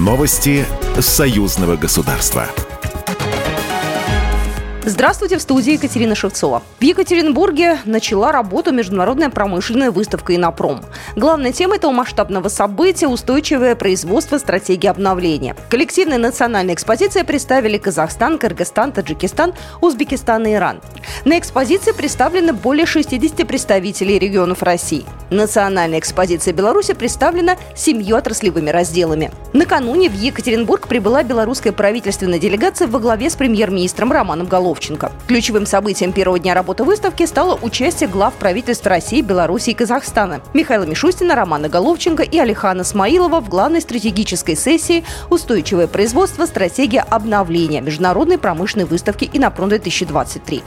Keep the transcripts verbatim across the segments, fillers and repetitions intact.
Новости союзного государства. Здравствуйте, в студии Екатерина Шевцова. В Екатеринбурге начала работу международная промышленная выставка «Иннопром». Главная тема этого масштабного события – устойчивое производство, стратегия обновления. Коллективная национальная экспозиция представили Казахстан, Кыргызстан, Таджикистан, Узбекистан и Иран. На экспозиции представлены более шестидесяти представителей регионов России. Национальная экспозиция Беларуси представлена семью отраслевыми разделами. Накануне в Екатеринбург прибыла белорусская правительственная делегация во главе с премьер-министром Романом Головченко. Ключевым событием первого дня работы выставки стало участие глав правительств России, Беларуси и Казахстана Михаила Мишустина, Романа Головченко и Алихана Смаилова в главной стратегической сессии «Устойчивое производство. Стратегия обновления» международной промышленной выставки «Иннопром-две тысячи двадцать три».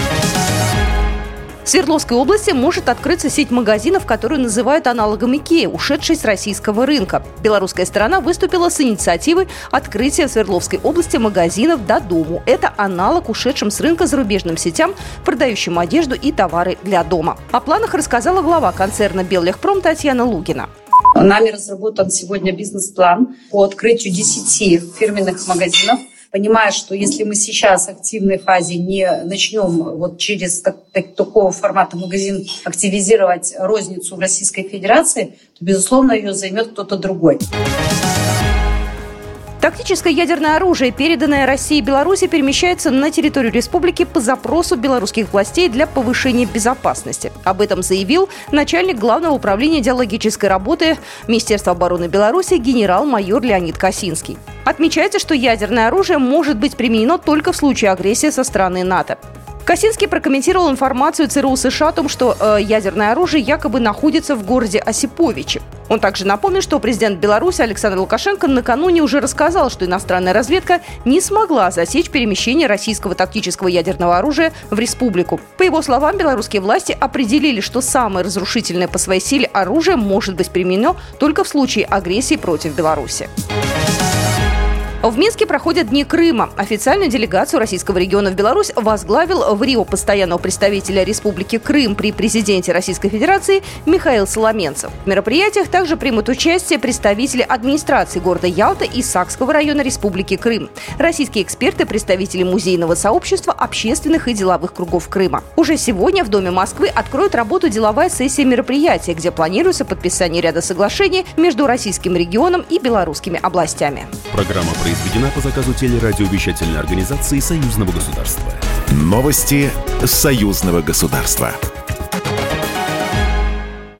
В Свердловской области может открыться сеть магазинов, которую называют аналогом Икеи, ушедшей с российского рынка. Белорусская сторона выступила с инициативой открытия в Свердловской области магазинов «До дому». Это аналог ушедшим с рынка зарубежным сетям, продающим одежду и товары для дома. О планах рассказала глава концерна «Беллегпром» Татьяна Лугина. Нами разработан сегодня бизнес-план по открытию десяти фирменных магазинов. Понимая, что если мы сейчас в активной фазе не начнем вот через так, так, такого формата магазин активизировать розницу в Российской Федерации, то, безусловно, ее займет кто-то другой. Тактическое ядерное оружие, переданное России и Беларуси, перемещается на территорию республики по запросу белорусских властей для повышения безопасности. Об этом заявил начальник Главного управления идеологической работы Министерства обороны Беларуси генерал-майор Леонид Косинский. Отмечается, что ядерное оружие может быть применено только в случае агрессии со стороны НАТО. Косинский прокомментировал информацию ЦРУ США о том, что э, ядерное оружие якобы находится в городе Осиповичи. Он также напомнил, что президент Беларуси Александр Лукашенко накануне уже рассказал, что иностранная разведка не смогла засечь перемещение российского тактического ядерного оружия в республику. По его словам, белорусские власти определили, что самое разрушительное по своей силе оружие может быть применено только в случае агрессии против Беларуси. В Минске проходят Дни Крыма. Официальную делегацию российского региона в Беларусь возглавил в Рио постоянного представителя Республики Крым при президенте Российской Федерации Михаил Соломенцев. В мероприятиях также примут участие представители администрации города Ялта и Сакского района Республики Крым, российские эксперты, представители музейного сообщества, общественных и деловых кругов Крыма. Уже сегодня в Доме Москвы откроет работу деловая сессия мероприятия, где планируется подписание ряда соглашений между российским регионом и белорусскими областями. Программа произведена по заказу телерадиовещательной организации Союзного государства. Новости союзного государства.